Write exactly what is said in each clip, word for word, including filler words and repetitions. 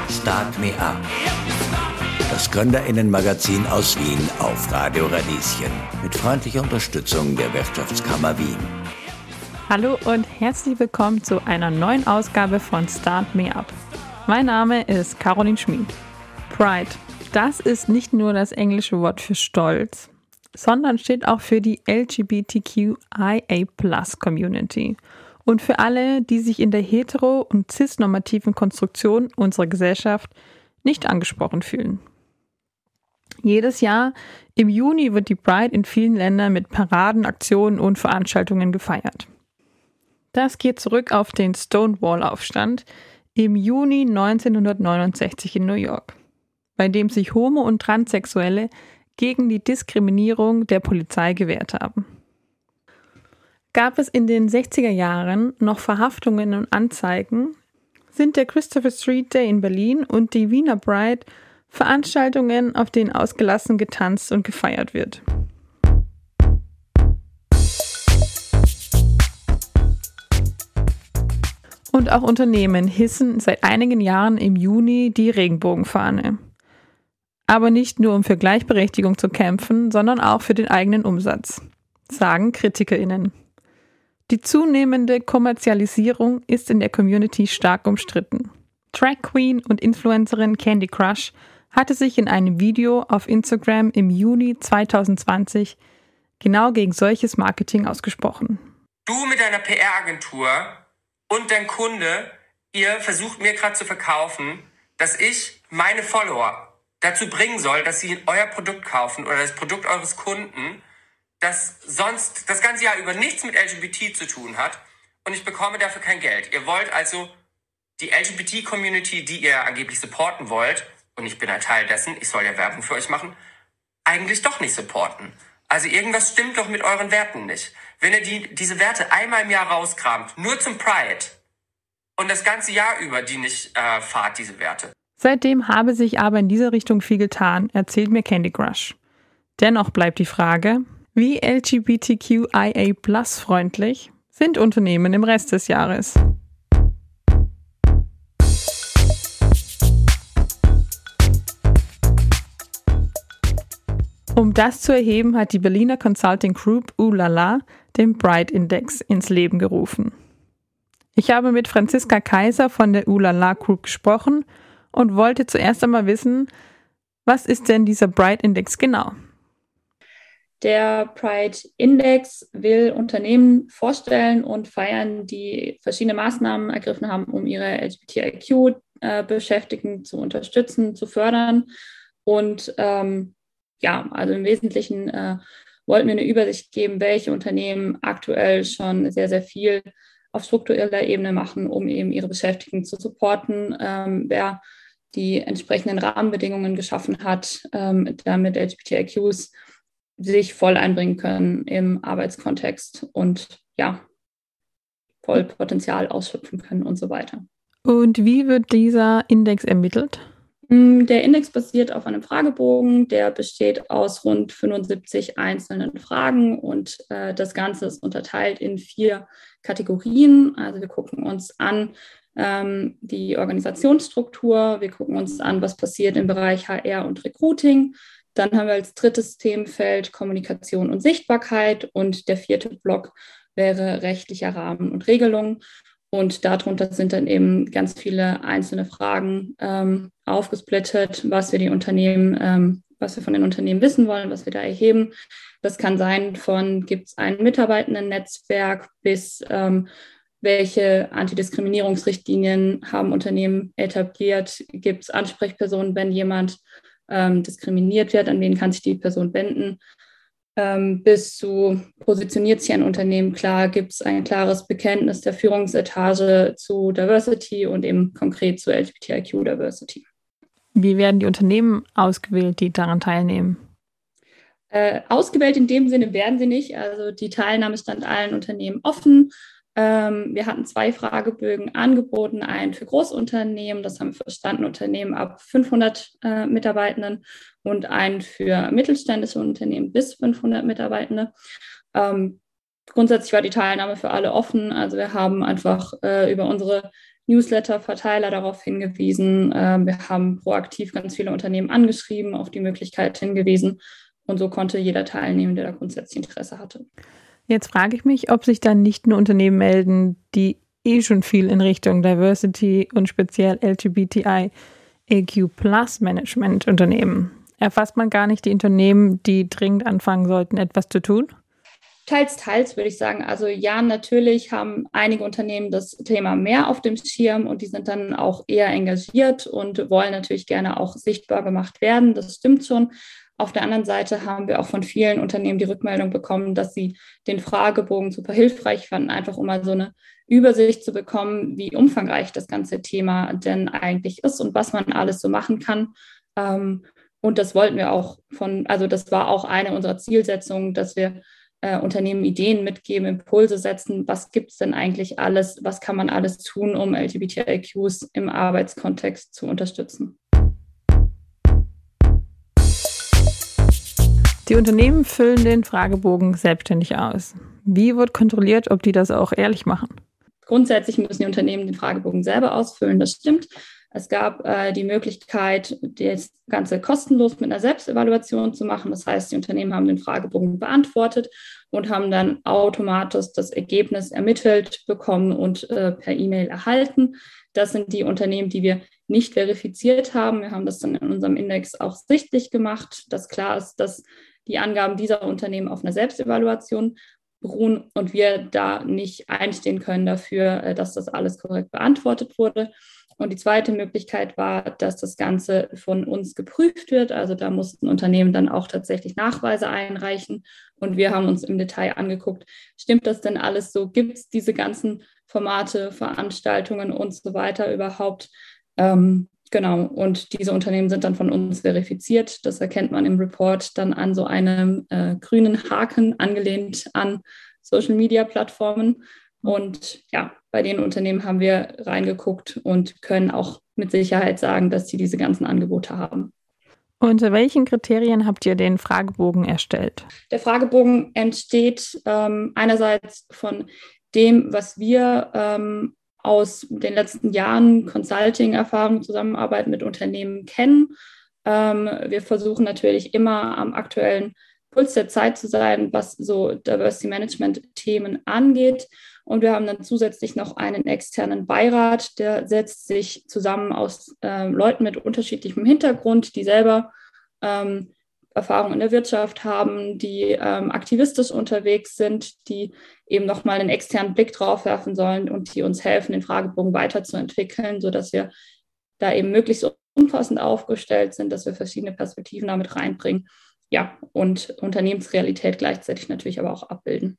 Start Me Up. Das GründerInnen-Magazin aus Wien auf Radio Radieschen. Mit freundlicher Unterstützung der Wirtschaftskammer Wien. Hallo und herzlich willkommen zu einer neuen Ausgabe von Start Me Up. Mein Name ist Caroline Schmid. Pride, das ist nicht nur das englische Wort für Stolz, sondern steht auch für die L G B T Q I A Plus Community und für alle, die sich in der hetero- und cis-normativen Konstruktion unserer Gesellschaft nicht angesprochen fühlen. Jedes Jahr im Juni wird die Pride in vielen Ländern mit Paraden, Aktionen und Veranstaltungen gefeiert. Das geht zurück auf den Stonewall-Aufstand im Juni neunzehnhundertneunundsechzig in New York, bei dem sich Homo- und Transsexuelle gegen die Diskriminierung der Polizei gewehrt haben. Gab es in den sechziger Jahren noch Verhaftungen und Anzeigen, sind der Christopher Street Day in Berlin und die Wiener Pride Veranstaltungen, auf denen ausgelassen getanzt und gefeiert wird. Und auch Unternehmen hissen seit einigen Jahren im Juni die Regenbogenfahne. Aber nicht nur, um für Gleichberechtigung zu kämpfen, sondern auch für den eigenen Umsatz, sagen KritikerInnen. Die zunehmende Kommerzialisierung ist in der Community stark umstritten. Drag Queen und Influencerin Candy Crush hatte sich in einem Video auf Instagram im Juni zweitausendzwanzig genau gegen solches Marketing ausgesprochen. Du mit deiner P R-Agentur und dein Kunde, ihr versucht mir gerade zu verkaufen, dass ich meine Follower dazu bringen soll, dass sie euer Produkt kaufen oder das Produkt eures Kunden, das sonst das ganze Jahr über nichts mit L G B T zu tun hat und ich bekomme dafür kein Geld. Ihr wollt also die L G B T-Community, die ihr angeblich supporten wollt, und ich bin ein Teil dessen, ich soll ja Werbung für euch machen, eigentlich doch nicht supporten. Also irgendwas stimmt doch mit euren Werten nicht. Wenn ihr die, diese Werte einmal im Jahr rauskramt, nur zum Pride und das ganze Jahr über die nicht äh, fahrt, diese Werte. Seitdem habe sich aber in dieser Richtung viel getan, erzählt mir Candy Crush. Dennoch bleibt die Frage, wie L G B T Q I A Plus freundlich sind Unternehmen im Rest des Jahres? Um das zu erheben, hat die Berliner Consulting Group Oolala den Pride Index ins Leben gerufen. Ich habe mit Franziska Kaiser von der Oolala Group gesprochen und wollte zuerst einmal wissen, was ist denn dieser Pride Index genau? Der Pride Index will Unternehmen vorstellen und feiern, die verschiedene Maßnahmen ergriffen haben, um ihre L G B T I Q-Beschäftigten zu unterstützen, zu fördern. Und ähm, ja, also im Wesentlichen äh, wollten wir eine Übersicht geben, welche Unternehmen aktuell schon sehr, sehr viel auf struktureller Ebene machen, um eben ihre Beschäftigten zu supporten, ähm, wer die entsprechenden Rahmenbedingungen geschaffen hat, ähm, damit L G B T I Qs sich voll einbringen können im Arbeitskontext und ja, voll Potenzial ausschöpfen können und so weiter. Und wie wird dieser Index ermittelt? Der Index basiert auf einem Fragebogen, der besteht aus rund fünfundsiebzig einzelnen Fragen und äh, das Ganze ist unterteilt in vier Kategorien. Also wir gucken uns an ähm, die Organisationsstruktur, wir gucken uns an, was passiert im Bereich H R und Recruiting. Dann haben wir als drittes Themenfeld Kommunikation und Sichtbarkeit und der vierte Block wäre rechtlicher Rahmen und Regelung. Und darunter sind dann eben ganz viele einzelne Fragen ähm, aufgesplittet, was wir die Unternehmen, ähm, was wir von den Unternehmen wissen wollen, was wir da erheben. Das kann sein von, gibt es ein Mitarbeitendennetzwerk bis ähm, welche Antidiskriminierungsrichtlinien haben Unternehmen etabliert, gibt es Ansprechpersonen, wenn jemand ähm, diskriminiert wird, an wen kann sich die Person wenden. Ähm, bis zu, positioniert sich ein Unternehmen klar, gibt es ein klares Bekenntnis der Führungsetage zu Diversity und eben konkret zu L G B T I Q Diversity. Wie werden die Unternehmen ausgewählt, die daran teilnehmen? Äh, ausgewählt in dem Sinne werden sie nicht. Also die Teilnahme stand allen Unternehmen offen. Ähm, wir hatten zwei Fragebögen angeboten, einen für Großunternehmen, das haben wir verstanden, Unternehmen ab fünfhundert äh, Mitarbeitenden und einen für mittelständische Unternehmen bis fünfhundert Mitarbeitende. Ähm, grundsätzlich war die Teilnahme für alle offen. Also wir haben einfach äh, über unsere Newsletter-Verteiler darauf hingewiesen. Äh, wir haben proaktiv ganz viele Unternehmen angeschrieben, auf die Möglichkeit hingewiesen. Und so konnte jeder teilnehmen, der da grundsätzlich Interesse hatte. Jetzt frage ich mich, ob sich dann nicht nur Unternehmen melden, die eh schon viel in Richtung Diversity und speziell L G B T I A Q Plus Management unternehmen. Erfasst man gar nicht die Unternehmen, die dringend anfangen sollten, etwas zu tun? Teils, teils würde ich sagen. Also ja, natürlich haben einige Unternehmen das Thema mehr auf dem Schirm und die sind dann auch eher engagiert und wollen natürlich gerne auch sichtbar gemacht werden. Das stimmt schon. Auf der anderen Seite haben wir auch von vielen Unternehmen die Rückmeldung bekommen, dass sie den Fragebogen super hilfreich fanden, einfach um mal so eine Übersicht zu bekommen, wie umfangreich das ganze Thema denn eigentlich ist und was man alles so machen kann. Und das wollten wir auch von, also das war auch eine unserer Zielsetzungen, dass wir äh, Unternehmen Ideen mitgeben, Impulse setzen. Was gibt es denn eigentlich alles? Was kann man alles tun, um L G B T I Qs im Arbeitskontext zu unterstützen? Die Unternehmen füllen den Fragebogen selbstständig aus. Wie wird kontrolliert, ob die das auch ehrlich machen? Grundsätzlich müssen die Unternehmen den Fragebogen selber ausfüllen, das stimmt. Es gab äh, die Möglichkeit, das Ganze kostenlos mit einer Selbstevaluation zu machen. Das heißt, die Unternehmen haben den Fragebogen beantwortet und haben dann automatisch das Ergebnis ermittelt bekommen und äh, per E-Mail erhalten. Das sind die Unternehmen, die wir nicht verifiziert haben. Wir haben das dann in unserem Index auch sichtlich gemacht, dass klar ist, dass die Angaben dieser Unternehmen auf einer Selbstevaluation beruhen und wir da nicht einstehen können dafür, dass das alles korrekt beantwortet wurde. Und die zweite Möglichkeit war, dass das Ganze von uns geprüft wird. Also da mussten Unternehmen dann auch tatsächlich Nachweise einreichen. Und wir haben uns im Detail angeguckt, stimmt das denn alles so? Gibt es diese ganzen Formate, Veranstaltungen und so weiter überhaupt? Ähm, genau, und diese Unternehmen sind dann von uns verifiziert. Das erkennt man im Report dann an so einem äh, grünen Haken, angelehnt an Social-Media-Plattformen. Und ja, bei den Unternehmen haben wir reingeguckt und können auch mit Sicherheit sagen, dass sie diese ganzen Angebote haben. Unter welchen Kriterien habt ihr den Fragebogen erstellt? Der Fragebogen entsteht ähm, einerseits von dem, was wir ähm, aus den letzten Jahren Consulting-Erfahrung, Zusammenarbeit mit Unternehmen kennen. Ähm, wir versuchen natürlich immer am aktuellen Puls der Zeit zu sein, was so Diversity-Management-Themen angeht. Und wir haben dann zusätzlich noch einen externen Beirat, der setzt sich zusammen aus äh, Leuten mit unterschiedlichem Hintergrund, die selber ähm, Erfahrung in der Wirtschaft haben, die ähm, aktivistisch unterwegs sind, die eben nochmal einen externen Blick drauf werfen sollen und die uns helfen, den Fragebogen weiterzuentwickeln, sodass wir da eben möglichst umfassend aufgestellt sind, dass wir verschiedene Perspektiven damit reinbringen. Ja, und Unternehmensrealität gleichzeitig natürlich aber auch abbilden.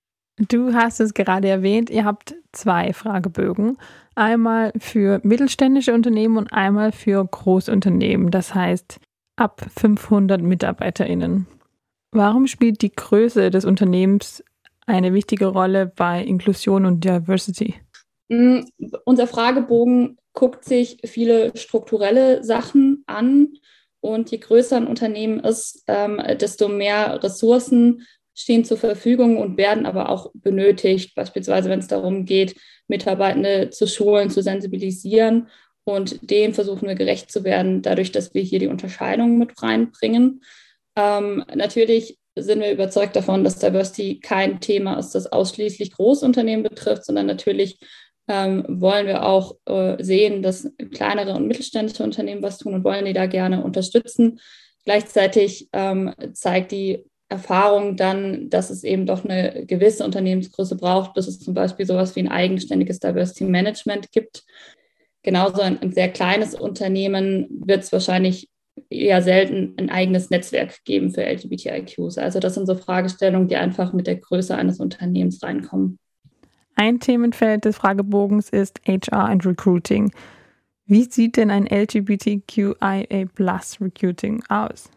Du hast es gerade erwähnt, ihr habt zwei Fragebögen. Einmal für mittelständische Unternehmen und einmal für Großunternehmen, das heißt ab fünfhundert MitarbeiterInnen. Warum spielt die Größe des Unternehmens eine wichtige Rolle bei Inklusion und Diversity? Mm, unser Fragebogen guckt sich viele strukturelle Sachen an und je größer ein Unternehmen ist, ähm, desto mehr Ressourcen stehen zur Verfügung und werden aber auch benötigt, beispielsweise wenn es darum geht, Mitarbeitende zu schulen, zu sensibilisieren. Und dem versuchen wir gerecht zu werden, dadurch, dass wir hier die Unterscheidung mit reinbringen. Ähm, natürlich sind wir überzeugt davon, dass Diversity kein Thema ist, das ausschließlich Großunternehmen betrifft, sondern natürlich ähm, wollen wir auch äh, sehen, dass kleinere und mittelständische Unternehmen was tun und wollen die da gerne unterstützen. Gleichzeitig ähm, zeigt die Erfahrung dann, dass es eben doch eine gewisse Unternehmensgröße braucht, bis es zum Beispiel sowas wie ein eigenständiges Diversity Management gibt. Genauso ein, ein sehr kleines Unternehmen wird es wahrscheinlich eher selten ein eigenes Netzwerk geben für L G B T I Qs. Also das sind so Fragestellungen, die einfach mit der Größe eines Unternehmens reinkommen. Ein Themenfeld des Fragebogens ist H R und Recruiting. Wie sieht denn ein L G B T Q I A Plus Recruiting aus?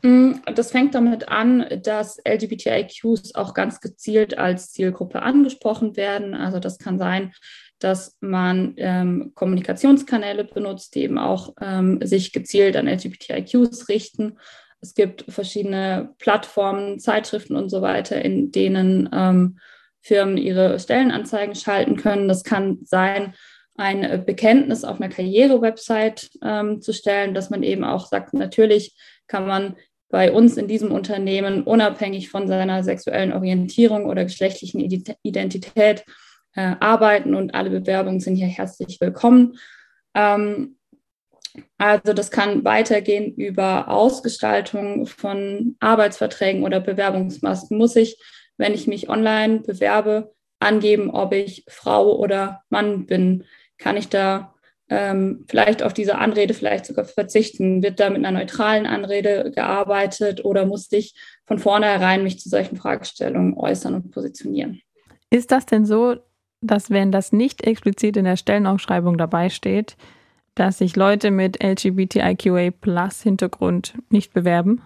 Das fängt damit an, dass L G B T I Qs auch ganz gezielt als Zielgruppe angesprochen werden. Also das kann sein, dass man ähm, Kommunikationskanäle benutzt, die eben auch ähm, sich gezielt an L G B T I Qs richten. Es gibt verschiedene Plattformen, Zeitschriften und so weiter, in denen ähm, Firmen ihre Stellenanzeigen schalten können. Das kann sein ein Bekenntnis auf einer Karriere-Website ähm, zu stellen, dass man eben auch sagt, natürlich kann man bei uns in diesem Unternehmen unabhängig von seiner sexuellen Orientierung oder geschlechtlichen Identität äh, arbeiten und alle Bewerbungen sind hier herzlich willkommen. Ähm, also das kann weitergehen über Ausgestaltung von Arbeitsverträgen oder Bewerbungsmasken. Muss ich, wenn ich mich online bewerbe, angeben, ob ich Frau oder Mann bin? Kann ich da ähm, vielleicht auf diese Anrede vielleicht sogar verzichten? Wird da mit einer neutralen Anrede gearbeitet oder muss ich von vornherein mich zu solchen Fragestellungen äußern und positionieren? Ist das denn so, dass wenn das nicht explizit in der Stellenausschreibung dabei steht, dass sich Leute mit L G B T I Q A Plus Hintergrund nicht bewerben?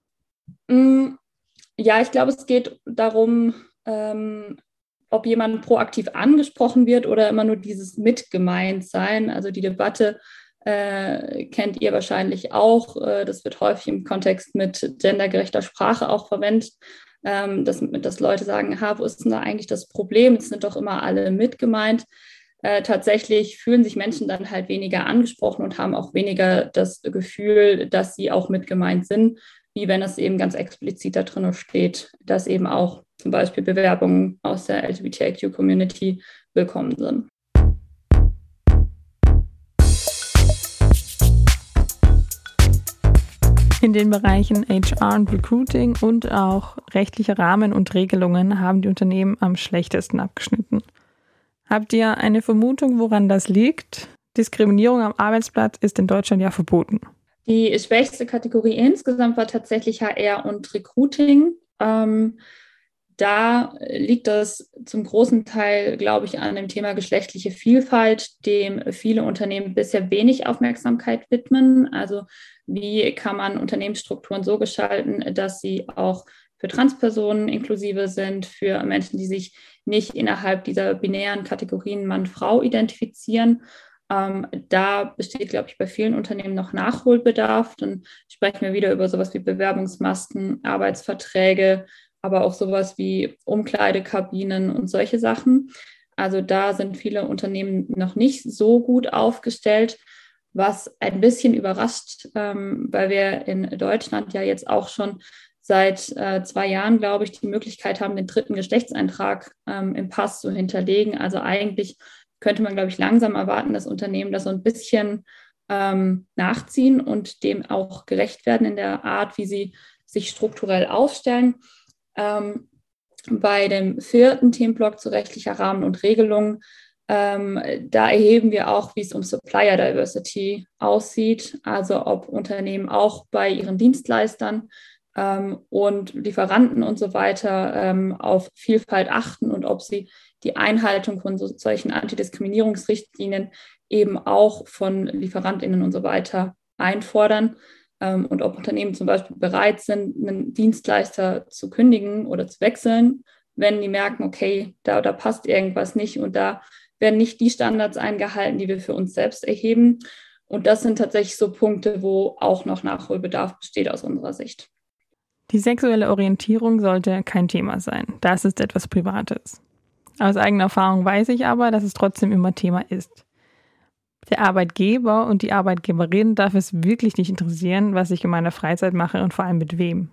Ja, ich glaube, es geht darum, ähm, ob jemand proaktiv angesprochen wird oder immer nur dieses Mitgemeintsein. Also die Debatte äh, kennt ihr wahrscheinlich auch. Äh, das wird häufig im Kontext mit gendergerechter Sprache auch verwendet, ähm, dass, dass Leute sagen, ha, wo ist denn da eigentlich das Problem? Es sind doch immer alle mitgemeint. Äh, tatsächlich fühlen sich Menschen dann halt weniger angesprochen und haben auch weniger das Gefühl, dass sie auch mitgemeint sind, wie wenn es eben ganz explizit da drin steht, dass eben auch zum Beispiel Bewerbungen aus der L G B T I Q-Community willkommen sind. In den Bereichen H R und Recruiting und auch rechtliche Rahmen und Regelungen haben die Unternehmen am schlechtesten abgeschnitten. Habt ihr eine Vermutung, woran das liegt? Diskriminierung am Arbeitsplatz ist in Deutschland ja verboten. Die schwächste Kategorie insgesamt war tatsächlich H R und Recruiting. Ähm, da liegt das zum großen Teil, glaube ich, an dem Thema geschlechtliche Vielfalt, dem viele Unternehmen bisher wenig Aufmerksamkeit widmen. Also wie kann man Unternehmensstrukturen so gestalten, dass sie auch für Transpersonen inklusive sind, für Menschen, die sich nicht innerhalb dieser binären Kategorien Mann-Frau identifizieren. Ähm, da besteht, glaube ich, bei vielen Unternehmen noch Nachholbedarf. Dann sprechen wir wieder über sowas wie Bewerbungsmasken, Arbeitsverträge, aber auch sowas wie Umkleidekabinen und solche Sachen. Also da sind viele Unternehmen noch nicht so gut aufgestellt, was ein bisschen überrascht, ähm, weil wir in Deutschland ja jetzt auch schon seit äh, zwei Jahren, glaube ich, die Möglichkeit haben, den dritten Geschlechtseintrag ähm, im Pass zu hinterlegen. Also eigentlich könnte man, glaube ich, langsam erwarten, dass Unternehmen das so ein bisschen ähm, nachziehen und dem auch gerecht werden in der Art, wie sie sich strukturell aufstellen. Ähm, bei dem vierten Themenblock zu rechtlicher Rahmen und Regelungen, ähm, da erheben wir auch, wie es um Supplier Diversity aussieht, also ob Unternehmen auch bei ihren Dienstleistern ähm, und Lieferanten und so weiter ähm, auf Vielfalt achten und ob sie die Einhaltung von so, solchen Antidiskriminierungsrichtlinien eben auch von LieferantInnen und so weiter einfordern ähm, und ob Unternehmen zum Beispiel bereit sind, einen Dienstleister zu kündigen oder zu wechseln, wenn die merken, okay, da, da passt irgendwas nicht und da werden nicht die Standards eingehalten, die wir für uns selbst erheben. Und das sind tatsächlich so Punkte, wo auch noch Nachholbedarf besteht aus unserer Sicht. Die sexuelle Orientierung sollte kein Thema sein. Das ist etwas Privates. Aus eigener Erfahrung weiß ich aber, dass es trotzdem immer Thema ist. Der Arbeitgeber und die Arbeitgeberin darf es wirklich nicht interessieren, was ich in meiner Freizeit mache und vor allem mit wem.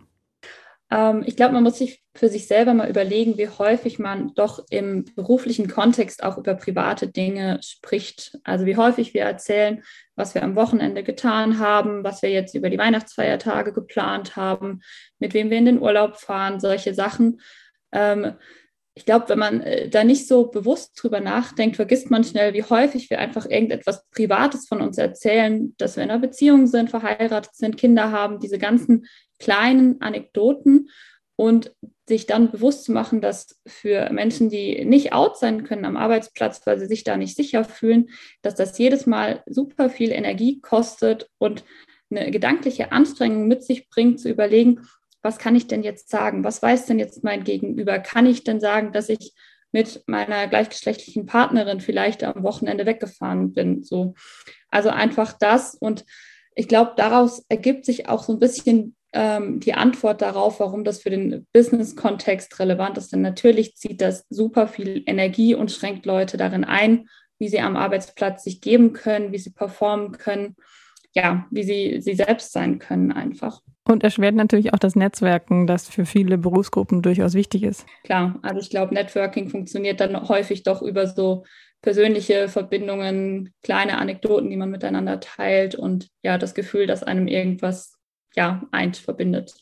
Ähm, ich glaube, man muss sich für sich selber mal überlegen, wie häufig man doch im beruflichen Kontext auch über private Dinge spricht. Also wie häufig wir erzählen, was wir am Wochenende getan haben, was wir jetzt über die Weihnachtsfeiertage geplant haben, mit wem wir in den Urlaub fahren, solche Sachen. Ähm, Ich glaube, wenn man äh, da nicht so bewusst drüber nachdenkt, vergisst man schnell, wie häufig wir einfach irgendetwas Privates von uns erzählen, dass wir in einer Beziehung sind, verheiratet sind, Kinder haben, diese ganzen kleinen Anekdoten und sich dann bewusst zu machen, dass für Menschen, die nicht out sein können am Arbeitsplatz, weil sie sich da nicht sicher fühlen, dass das jedes Mal super viel Energie kostet und eine gedankliche Anstrengung mit sich bringt, zu überlegen, was kann ich denn jetzt sagen? Was weiß denn jetzt mein Gegenüber? Kann ich denn sagen, dass ich mit meiner gleichgeschlechtlichen Partnerin vielleicht am Wochenende weggefahren bin? So. Also einfach das. Und ich glaube, daraus ergibt sich auch so ein bisschen ähm, die Antwort darauf, warum das für den Business-Kontext relevant ist. Denn natürlich zieht das super viel Energie und schränkt Leute darin ein, wie sie am Arbeitsplatz sich geben können, wie sie performen können, ja, wie sie sie selbst sein können einfach. Und erschwert natürlich auch das Netzwerken, das für viele Berufsgruppen durchaus wichtig ist. Klar, also ich glaube, Networking funktioniert dann häufig doch über so persönliche Verbindungen, kleine Anekdoten, die man miteinander teilt und ja, das Gefühl, dass einem irgendwas ja eint, verbindet.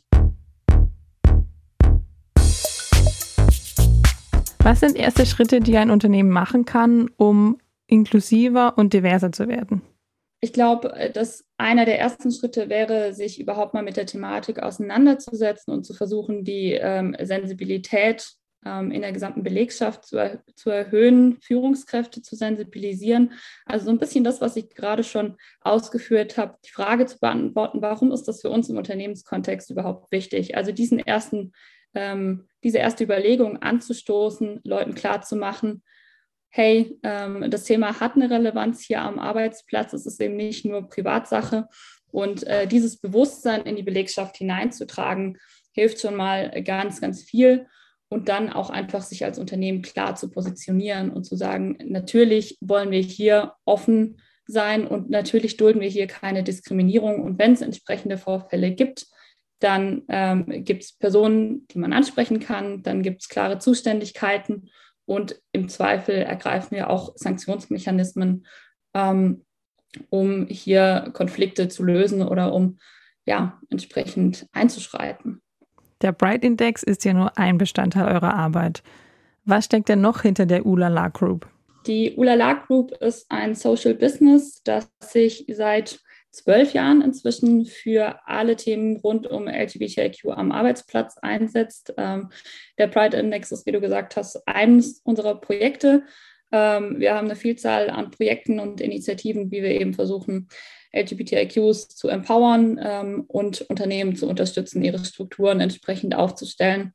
Was sind erste Schritte, die ein Unternehmen machen kann, um inklusiver und diverser zu werden? Ich glaube, dass einer der ersten Schritte wäre, sich überhaupt mal mit der Thematik auseinanderzusetzen und zu versuchen, die ähm, Sensibilität ähm, in der gesamten Belegschaft zu, er- zu erhöhen, Führungskräfte zu sensibilisieren. Also so ein bisschen das, was ich gerade schon ausgeführt habe, die Frage zu beantworten, warum ist das für uns im Unternehmenskontext überhaupt wichtig? Also diesen ersten, ähm, diese erste Überlegung anzustoßen, Leuten klarzumachen, hey, ähm, das Thema hat eine Relevanz hier am Arbeitsplatz, es ist eben nicht nur Privatsache und äh, dieses Bewusstsein in die Belegschaft hineinzutragen, hilft schon mal ganz, ganz viel und dann auch einfach sich als Unternehmen klar zu positionieren und zu sagen, natürlich wollen wir hier offen sein und natürlich dulden wir hier keine Diskriminierung und wenn es entsprechende Vorfälle gibt, dann ähm, gibt es Personen, die man ansprechen kann, dann gibt es klare Zuständigkeiten und im Zweifel ergreifen wir auch Sanktionsmechanismen, ähm, um hier Konflikte zu lösen oder um ja, entsprechend einzuschreiten. Der Bright Index ist ja nur ein Bestandteil eurer Arbeit. Was steckt denn noch hinter der Ulala Group? Die Ulala Group ist ein Social Business, das sich seit zwölf Jahren inzwischen für alle Themen rund um L G B T I Q am Arbeitsplatz einsetzt. Ähm, der Pride Index ist, wie du gesagt hast, eines unserer Projekte. Ähm, wir haben eine Vielzahl an Projekten und Initiativen, wie wir eben versuchen, L G B T I Qs zu empowern ähm, und Unternehmen zu unterstützen, ihre Strukturen entsprechend aufzustellen.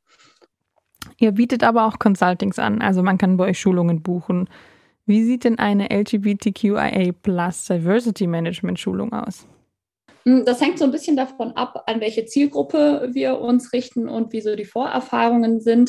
Ihr bietet aber auch Consultings an, also man kann bei euch Schulungen buchen. Wie sieht denn eine L G B T Q I A plus Diversity Management Schulung aus? Das hängt so ein bisschen davon ab, an welche Zielgruppe wir uns richten und wie so die Vorerfahrungen sind.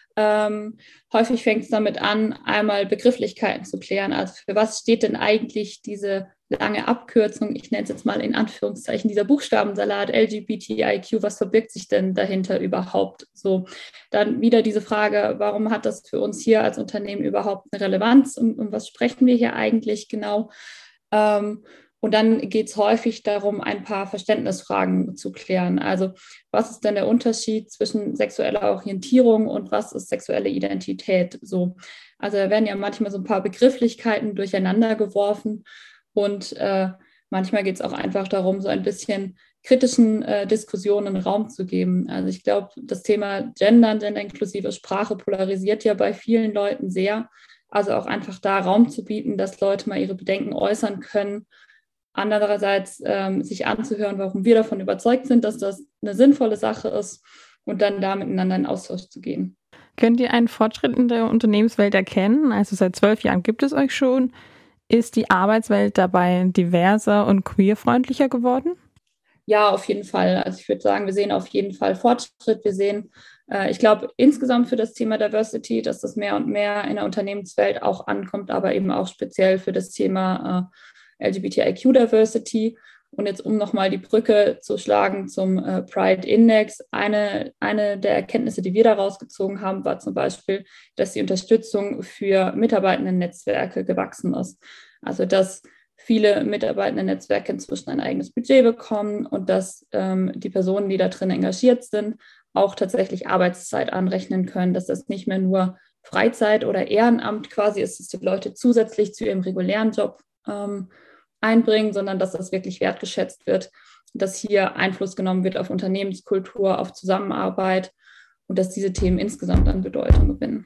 Ähm, häufig fängt es damit an, einmal Begrifflichkeiten zu klären. Also für was steht denn eigentlich diese lange Abkürzung, ich nenne es jetzt mal in Anführungszeichen, dieser Buchstabensalat L G B T I Q, was verbirgt sich denn dahinter überhaupt? So, dann wieder diese Frage, warum hat das für uns hier als Unternehmen überhaupt eine Relevanz? Um, um was sprechen wir hier eigentlich genau? Ähm, Und dann geht es häufig darum, ein paar Verständnisfragen zu klären. Also was ist denn der Unterschied zwischen sexueller Orientierung und was ist sexuelle Identität? So, also da werden ja manchmal so ein paar Begrifflichkeiten durcheinander geworfen und äh, manchmal geht es auch einfach darum, so ein bisschen kritischen äh, Diskussionen Raum zu geben. Also ich glaube, das Thema Gendern, genderinklusive Sprache polarisiert ja bei vielen Leuten sehr. Also auch einfach da Raum zu bieten, dass Leute mal ihre Bedenken äußern können. Andererseits ähm, sich anzuhören, warum wir davon überzeugt sind, dass das eine sinnvolle Sache ist und dann da miteinander in Austausch zu gehen. Könnt ihr einen Fortschritt in der Unternehmenswelt erkennen? Also seit zwölf Jahren gibt es euch schon. Ist die Arbeitswelt dabei diverser und queerfreundlicher geworden? Ja, auf jeden Fall. Also ich würde sagen, wir sehen auf jeden Fall Fortschritt. Wir sehen, äh, ich glaube, insgesamt für das Thema Diversity, dass das mehr und mehr in der Unternehmenswelt auch ankommt, aber eben auch speziell für das Thema äh, L G B T I Q Diversity. Und jetzt, um nochmal die Brücke zu schlagen zum äh, Pride Index, eine, eine der Erkenntnisse, die wir daraus gezogen haben, war zum Beispiel, dass die Unterstützung für Mitarbeitendennetzwerke gewachsen ist. Also dass viele Mitarbeitendennetzwerke inzwischen ein eigenes Budget bekommen und dass ähm, die Personen, die da drin engagiert sind, auch tatsächlich Arbeitszeit anrechnen können, dass das nicht mehr nur Freizeit oder Ehrenamt quasi ist, dass die Leute zusätzlich zu ihrem regulären Job ähm, einbringen, sondern dass das wirklich wertgeschätzt wird, dass hier Einfluss genommen wird auf Unternehmenskultur, auf Zusammenarbeit und dass diese Themen insgesamt an Bedeutung gewinnen.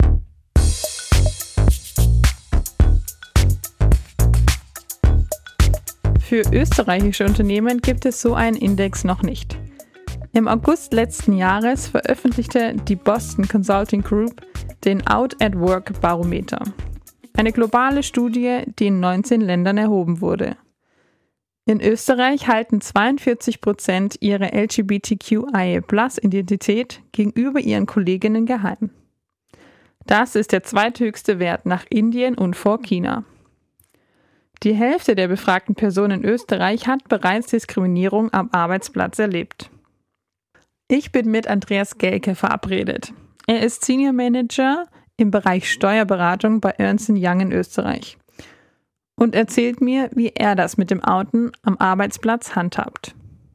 Für österreichische Unternehmen gibt es so einen Index noch nicht. Im August letzten Jahres veröffentlichte die Boston Consulting Group den Out at Work Barometer. Eine globale Studie, die in neunzehn Ländern erhoben wurde. In Österreich halten zweiundvierzig Prozent ihre L G B T Q I A plus Identität gegenüber ihren Kolleginnen geheim. Das ist der zweithöchste Wert nach Indien und vor China. Die Hälfte der befragten Personen in Österreich hat bereits Diskriminierung am Arbeitsplatz erlebt. Ich bin mit Andreas Gelke verabredet. Er ist Senior Manager im Bereich Steuerberatung bei Ernst und Young in Österreich und erzählt mir, wie er das mit dem Outen am Arbeitsplatz handhabt.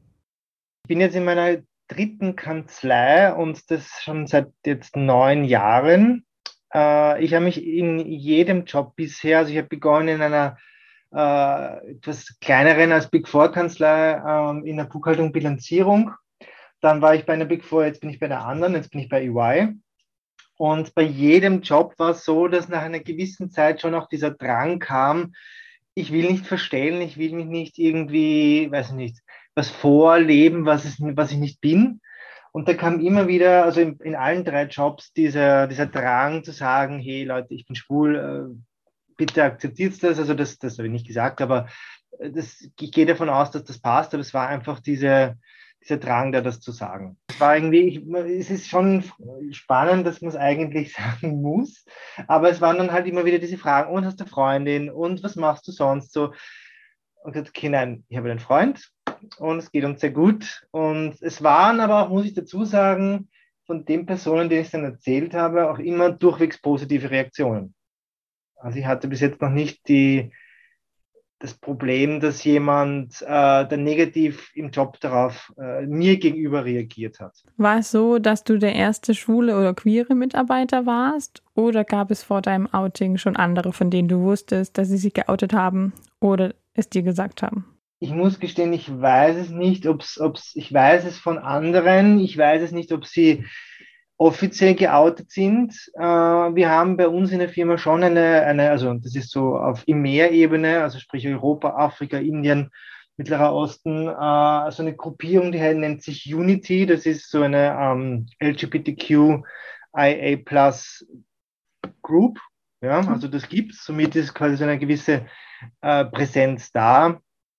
Ich bin jetzt in meiner dritten Kanzlei und das schon seit jetzt neun Jahren. Äh, ich habe mich in jedem Job bisher, also ich habe begonnen in einer äh, etwas kleineren als Big Four Kanzlei äh, in der Buchhaltung und Bilanzierung. Dann war ich bei einer Big Four, jetzt bin ich bei der anderen, jetzt bin ich bei E Y. Und bei jedem Job war es so, dass nach einer gewissen Zeit schon auch dieser Drang kam, ich will nicht verstellen, ich will mich nicht irgendwie, weiß ich nicht, was vorleben, was, es, was ich nicht bin. Und da kam immer wieder, also in, in allen drei Jobs, dieser, dieser Drang zu sagen, hey Leute, ich bin schwul, äh, bitte akzeptiert das. Also das, das habe ich nicht gesagt, aber das, ich gehe davon aus, dass das passt, aber es war einfach diese, dieser Drang, da das zu sagen. Es war irgendwie, ich, es ist schon spannend, dass man es eigentlich sagen muss, aber es waren dann halt immer wieder diese Fragen, und hast du eine Freundin und was machst du sonst so? Und gesagt, okay, nein, ich habe einen Freund und es geht uns sehr gut. Und es waren aber auch, muss ich dazu sagen, von den Personen, denen ich es dann erzählt habe, auch immer durchwegs positive Reaktionen. Also ich hatte bis jetzt noch nicht die, das Problem, dass jemand äh, dann negativ im Job darauf äh, mir gegenüber reagiert hat. War es so, dass du der erste schwule oder queere Mitarbeiter warst? Oder gab es vor deinem Outing schon andere, von denen du wusstest, dass sie sich geoutet haben oder es dir gesagt haben? Ich muss gestehen, ich weiß es nicht, ob's, ob's, ich weiß es von anderen, ich weiß es nicht, ob sie offiziell geoutet sind. Äh, wir haben bei uns in der Firma schon eine, eine, also das ist so auf im Mehrebene, also sprich Europa, Afrika, Indien, Mittlerer Osten, äh, also eine Gruppierung, die nennt sich Unity, das ist so eine ähm, L G B T Q I A plus Group, ja, also das gibt es, somit ist quasi so eine gewisse äh, Präsenz da.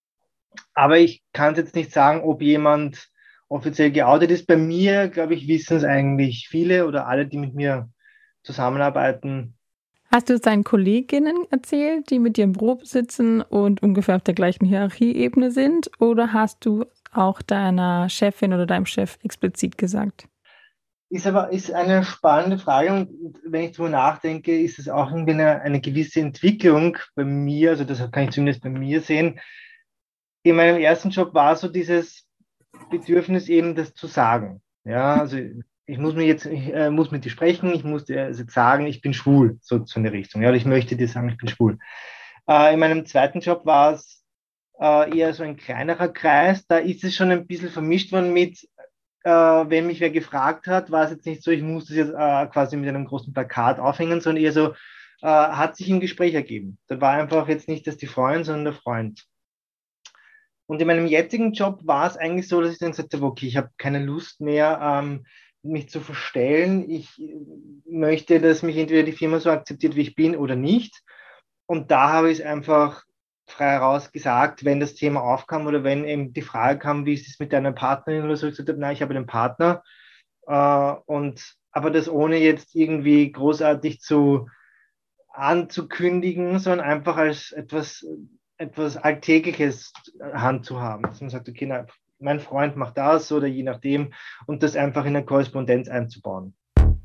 Aber ich kann jetzt nicht sagen, ob jemand offiziell geoutet ist. Bei mir, glaube ich, wissen es eigentlich viele oder alle, die mit mir zusammenarbeiten. Hast du es deinen Kolleginnen erzählt, die mit dir im Büro sitzen und ungefähr auf der gleichen Hierarchieebene sind? Oder hast du auch deiner Chefin oder deinem Chef explizit gesagt? Ist aber ist eine spannende Frage und wenn ich darüber nachdenke, ist es auch irgendwie eine, eine gewisse Entwicklung bei mir, also das kann ich zumindest bei mir sehen. In meinem ersten Job war so dieses Bedürfnis eben, das zu sagen. Ja, also ich muss mir jetzt, ich äh, muss mit dir sprechen, ich muss dir jetzt sagen, ich bin schwul, so, so eine Richtung. Ja, oder ich möchte dir sagen, ich bin schwul. Äh, in meinem zweiten Job war es äh, eher so ein kleinerer Kreis. Da ist es schon ein bisschen vermischt worden mit, äh, wenn mich wer gefragt hat, war es jetzt nicht so, ich muss das jetzt äh, quasi mit einem großen Plakat aufhängen, sondern eher so, äh, hat sich im Gespräch ergeben. Da war einfach jetzt nicht das die Freundin, sondern der Freund. Und in meinem jetzigen Job war es eigentlich so, dass ich dann gesagt habe, okay, ich habe keine Lust mehr, ähm, mich zu verstellen. Ich möchte, dass mich entweder die Firma so akzeptiert, wie ich bin oder nicht. Und da habe ich es einfach frei heraus gesagt, wenn das Thema aufkam oder wenn eben die Frage kam, wie ist es mit deiner Partnerin oder so, ich gesagt habe, nein, ich habe einen Partner. Äh, und, aber das ohne jetzt irgendwie großartig zu anzukündigen, sondern einfach als etwas etwas Alltägliches Hand zu haben. Dass man sagt, okay, na, mein Freund macht das oder je nachdem und das einfach in eine Korrespondenz einzubauen.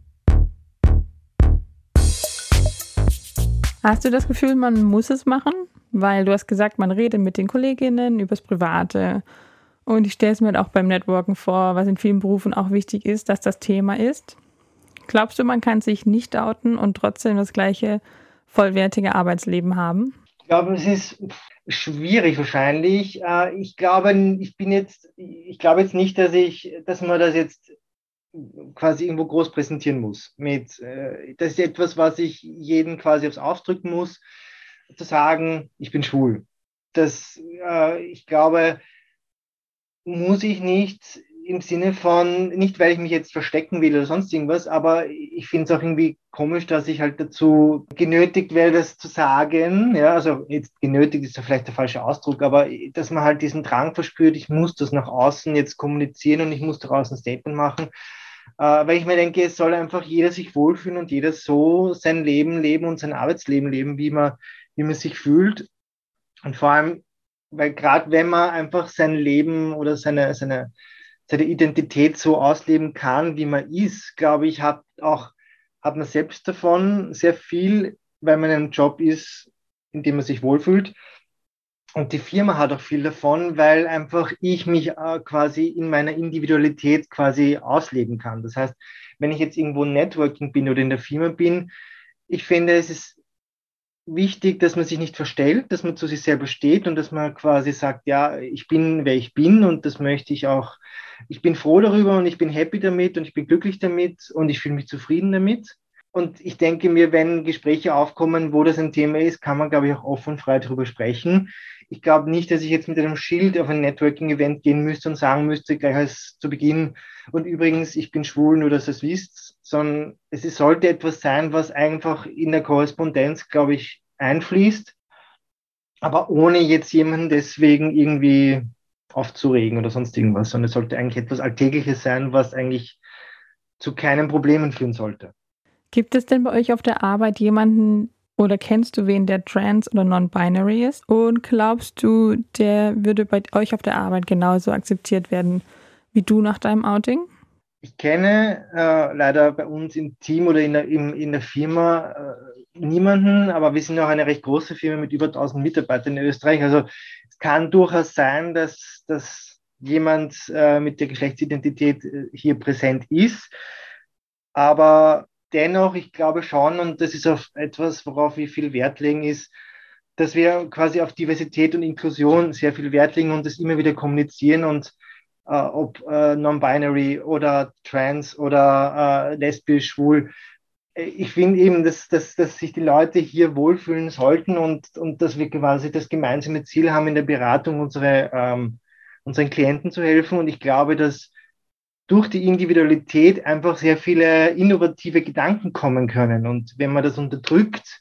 Hast du das Gefühl, man muss es machen? Weil du hast gesagt, man redet mit den Kolleginnen übers Private. Und ich stelle es mir halt auch beim Networken vor, was in vielen Berufen auch wichtig ist, dass das Thema ist. Glaubst du, man kann sich nicht outen und trotzdem das gleiche vollwertige Arbeitsleben haben? Ich glaube, es ist schwierig wahrscheinlich. Ich glaube, ich bin jetzt, ich glaube jetzt nicht, dass ich, dass man das jetzt quasi irgendwo groß präsentieren muss. Mit, das ist etwas, was ich jeden quasi aufs Aufdrücken muss, zu sagen, ich bin schwul. Das, ich glaube, muss ich nicht im Sinne von, nicht weil ich mich jetzt verstecken will oder sonst irgendwas, aber ich finde es auch irgendwie komisch, dass ich halt dazu genötigt werde, das zu sagen. Ja, also jetzt genötigt ist ja vielleicht der falsche Ausdruck, aber dass man halt diesen Drang verspürt, ich muss das nach außen jetzt kommunizieren und ich muss daraus ein Statement machen. Äh, weil ich mir denke, es soll einfach jeder sich wohlfühlen und jeder so sein Leben leben und sein Arbeitsleben leben, wie man, wie man sich fühlt. Und vor allem, weil gerade wenn man einfach sein Leben oder seine, seine, seine Identität so ausleben kann, wie man ist, glaube ich, hat auch, hat man selbst davon sehr viel, weil man in einem Job ist, in dem man sich wohlfühlt. Und die Firma hat auch viel davon, weil einfach ich mich äh, quasi in meiner Individualität quasi ausleben kann. Das heißt, wenn ich jetzt irgendwo Networking bin oder in der Firma bin, ich finde, es ist wichtig, dass man sich nicht verstellt, dass man zu sich selber steht und dass man quasi sagt, ja, ich bin, wer ich bin und das möchte ich auch. Ich bin froh darüber und ich bin happy damit und ich bin glücklich damit und ich fühle mich zufrieden damit. Und ich denke mir, wenn Gespräche aufkommen, wo das ein Thema ist, kann man, glaube ich, auch offen und frei darüber sprechen. Ich glaube nicht, dass ich jetzt mit einem Schild auf ein Networking-Event gehen müsste und sagen müsste, gleich als zu Beginn, und übrigens, ich bin schwul, nur dass ihr es wisst, sondern es sollte etwas sein, was einfach in der Korrespondenz, glaube ich, einfließt, aber ohne jetzt jemanden deswegen irgendwie aufzuregen oder sonst irgendwas, sondern es sollte eigentlich etwas Alltägliches sein, was eigentlich zu keinen Problemen führen sollte. Gibt es denn bei euch auf der Arbeit jemanden oder kennst du wen, der trans oder non-binary ist? Und glaubst du, der würde bei euch auf der Arbeit genauso akzeptiert werden wie du nach deinem Outing? Ich kenne äh, leider bei uns im Team oder in der, in, in der Firma äh, niemanden, aber wir sind auch eine recht große Firma mit über tausend Mitarbeitern in Österreich. Also es kann durchaus sein, dass, dass jemand äh, mit der Geschlechtsidentität äh, hier präsent ist. Aber dennoch, ich glaube schon, und das ist auch etwas, worauf wir viel Wert legen, ist, dass wir quasi auf Diversität und Inklusion sehr viel Wert legen und das immer wieder kommunizieren und äh, ob äh, non-binary oder trans oder äh, lesbisch, schwul. Ich finde eben, dass, dass, dass sich die Leute hier wohlfühlen sollten und, und dass wir quasi das gemeinsame Ziel haben, in der Beratung unsere, ähm, unseren Klienten zu helfen. Und ich glaube, dass durch die Individualität einfach sehr viele innovative Gedanken kommen können. Und wenn man das unterdrückt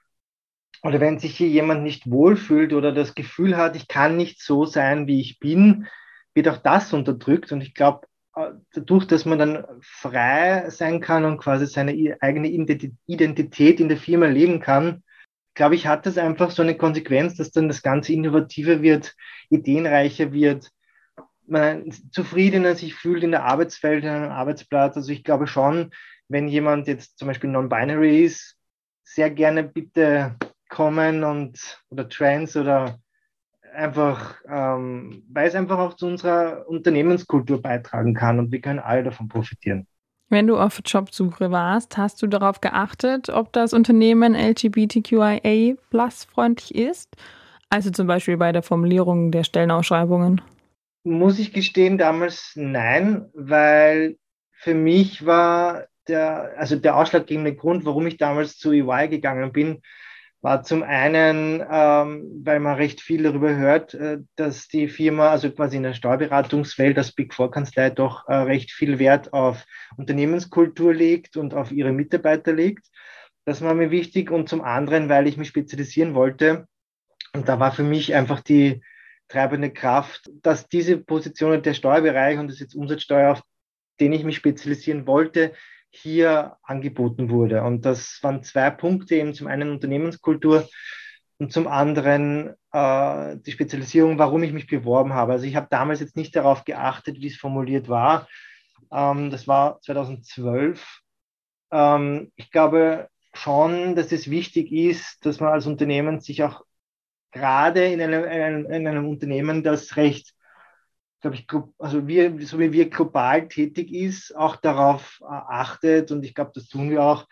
oder wenn sich hier jemand nicht wohlfühlt oder das Gefühl hat, ich kann nicht so sein, wie ich bin, wird auch das unterdrückt. Und ich glaube, dadurch, dass man dann frei sein kann und quasi seine eigene Identität in der Firma leben kann, glaube ich, hat das einfach so eine Konsequenz, dass dann das Ganze innovativer wird, ideenreicher wird, man zufriedener sich fühlt in der Arbeitswelt, in einem Arbeitsplatz. Also ich glaube schon, wenn jemand jetzt zum Beispiel non-binary ist, sehr gerne bitte kommen und oder trans oder einfach, ähm, weil es einfach auch zu unserer Unternehmenskultur beitragen kann und wir können alle davon profitieren. Wenn du auf Jobsuche warst, hast du darauf geachtet, ob das Unternehmen L G B T Q I A plus freundlich ist? Also zum Beispiel bei der Formulierung der Stellenausschreibungen. Muss ich gestehen, damals nein, weil für mich war der, also der ausschlaggebende Grund, warum ich damals zu E Y gegangen bin, war zum einen, ähm, weil man recht viel darüber hört, äh, dass die Firma, also quasi in der Steuerberatungswelt, das Big Four Kanzlei doch äh, recht viel Wert auf Unternehmenskultur legt und auf ihre Mitarbeiter legt. Das war mir wichtig und zum anderen, weil ich mich spezialisieren wollte. Und da war für mich einfach die treibende Kraft, dass diese Position der Steuerbereich und das ist jetzt Umsatzsteuer, auf den ich mich spezialisieren wollte, hier angeboten wurde. Und das waren zwei Punkte, eben zum einen Unternehmenskultur und zum anderen äh, die Spezialisierung, warum ich mich beworben habe. Also ich habe damals jetzt nicht darauf geachtet, wie es formuliert war. Ähm, das war zweitausendzwölf. Ähm, ich glaube schon, dass es wichtig ist, dass man als Unternehmen sich auch gerade in einem, einem, in einem Unternehmen, das recht, glaube ich, also wir, so wie wir global tätig ist, auch darauf achtet und ich glaube, das tun wir auch,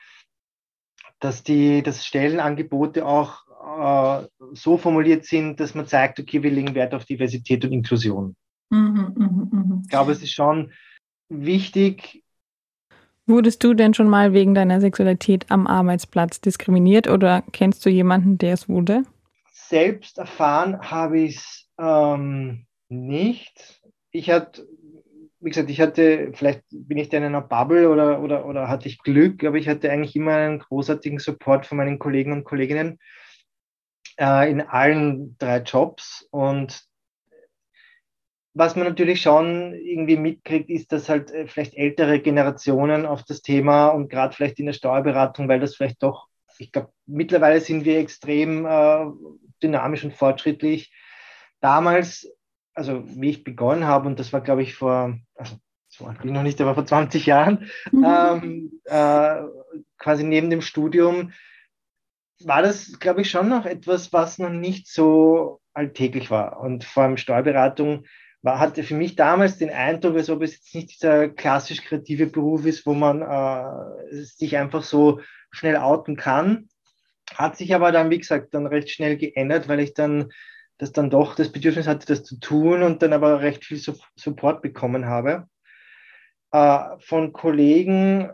dass die dass Stellenangebote auch äh, so formuliert sind, dass man zeigt, okay, wir legen Wert auf Diversität und Inklusion. Mhm, mh, mh. Ich glaube, es ist schon wichtig. Wurdest du denn schon mal wegen deiner Sexualität am Arbeitsplatz diskriminiert oder kennst du jemanden, der es wurde? Selbst erfahren habe ich es ähm, nicht. Ich hatte, wie gesagt, ich hatte, vielleicht bin ich da in einer Bubble oder, oder, oder hatte ich Glück, aber ich hatte eigentlich immer einen großartigen Support von meinen Kollegen und Kolleginnen äh, in allen drei Jobs. Und was man natürlich schon irgendwie mitkriegt, ist, dass halt vielleicht ältere Generationen auf das Thema und gerade vielleicht in der Steuerberatung, weil das vielleicht doch ich glaube, mittlerweile sind wir extrem äh, dynamisch und fortschrittlich. Damals, also wie ich begonnen habe, und das war, glaube ich, vor, also so alt bin ich noch nicht, aber vor zwanzig Jahren, mhm. ähm, äh, quasi neben dem Studium, war das, glaube ich, schon noch etwas, was noch nicht so alltäglich war. Und vor allem Steuerberatung war, hatte für mich damals den Eindruck, als ob es jetzt nicht dieser klassisch kreative Beruf ist, wo man äh, sich einfach so schnell outen kann. Hat sich aber dann, wie gesagt, dann recht schnell geändert, weil ich dann das dann doch das Bedürfnis hatte, das zu tun und dann aber recht viel Support bekommen habe. Äh, von Kollegen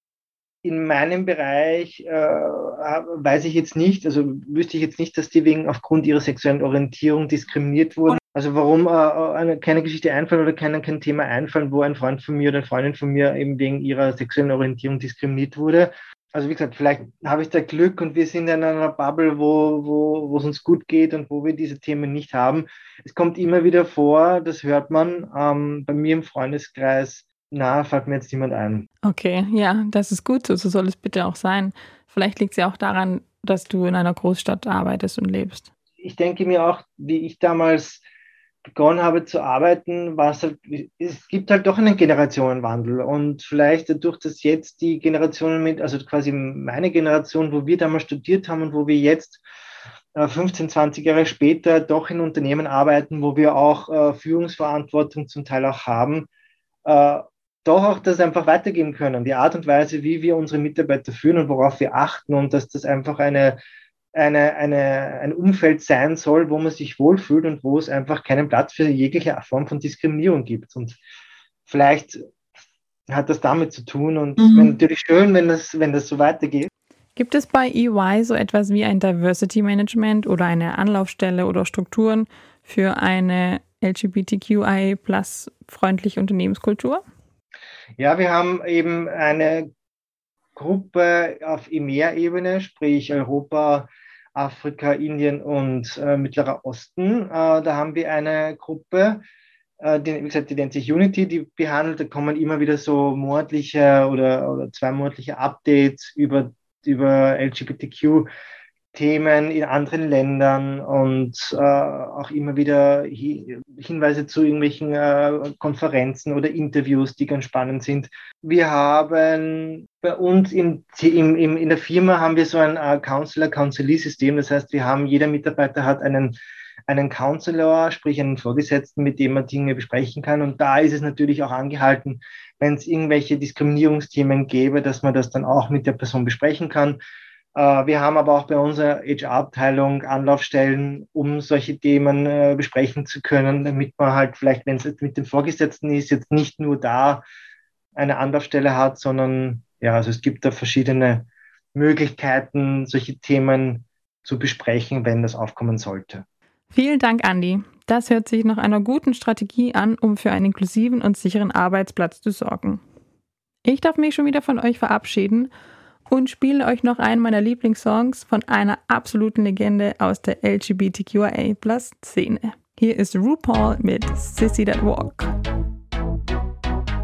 in meinem Bereich äh, weiß ich jetzt nicht, also wüsste ich jetzt nicht, dass die wegen aufgrund ihrer sexuellen Orientierung diskriminiert wurden. Also warum äh, eine, keine Geschichte einfallen oder kein, kein Thema einfallen, wo ein Freund von mir oder eine Freundin von mir eben wegen ihrer sexuellen Orientierung diskriminiert wurde. Also wie gesagt, vielleicht habe ich da Glück und wir sind in einer Bubble, wo, wo, wo es uns gut geht und wo wir diese Themen nicht haben. Es kommt immer wieder vor, das hört man ähm, bei mir im Freundeskreis. Na, fällt mir jetzt niemand ein. Okay, ja, das ist gut so. So soll es bitte auch sein. Vielleicht liegt es ja auch daran, dass du in einer Großstadt arbeitest und lebst. Ich denke mir auch, wie ich damals begonnen habe zu arbeiten, war es halt, es gibt halt doch einen Generationenwandel. Und vielleicht dadurch, dass jetzt die Generationen mit, also quasi meine Generation, wo wir damals studiert haben und wo wir jetzt fünfzehn, zwanzig Jahre später doch in Unternehmen arbeiten, wo wir auch äh, Führungsverantwortung zum Teil auch haben, äh, doch auch das einfach weitergeben können. Die Art und Weise, wie wir unsere Mitarbeiter führen und worauf wir achten und dass das einfach eine, eine, eine, ein Umfeld sein soll, wo man sich wohlfühlt und wo es einfach keinen Platz für jegliche Form von Diskriminierung gibt. Und vielleicht hat das damit zu tun und es mhm. wäre natürlich schön, wenn das, wenn das so weitergeht. Gibt es bei E Y so etwas wie ein Diversity Management oder eine Anlaufstelle oder Strukturen für eine L G B T Q I A plus freundliche Unternehmenskultur? Ja, wir haben eben eine Gruppe auf E M E A-Ebene, sprich Europa, Afrika, Indien und äh, Mittlerer Osten. Äh, da haben wir eine Gruppe, äh, die, wie gesagt, die nennt sich Unity, die behandelt, da kommen immer wieder so monatliche oder, oder zweimonatliche Updates über, über L G B T Q-Themen in anderen Ländern und äh, auch immer wieder hi- Hinweise zu irgendwelchen äh, Konferenzen oder Interviews, die ganz spannend sind. Wir haben bei uns im, im, im, in der Firma haben wir so ein äh, Counselor-Counselee-System. Das heißt, wir haben, jeder Mitarbeiter hat einen, einen Counselor, sprich einen Vorgesetzten, mit dem man Dinge besprechen kann. Und da ist es natürlich auch angehalten, wenn es irgendwelche Diskriminierungsthemen gäbe, dass man das dann auch mit der Person besprechen kann. Wir haben aber auch bei unserer H R-Abteilung Anlaufstellen, um solche Themen äh, besprechen zu können, damit man halt vielleicht, wenn es mit dem Vorgesetzten ist, jetzt nicht nur da eine Anlaufstelle hat, sondern ja, also es gibt da verschiedene Möglichkeiten, solche Themen zu besprechen, wenn das aufkommen sollte. Vielen Dank, Andi. Das hört sich nach einer guten Strategie an, um für einen inklusiven und sicheren Arbeitsplatz zu sorgen. Ich darf mich schon wieder von euch verabschieden und spiele euch noch einen meiner Lieblingssongs von einer absoluten Legende aus der L G B T Q I A plus Szene. Hier ist RuPaul mit Sissy That Walk.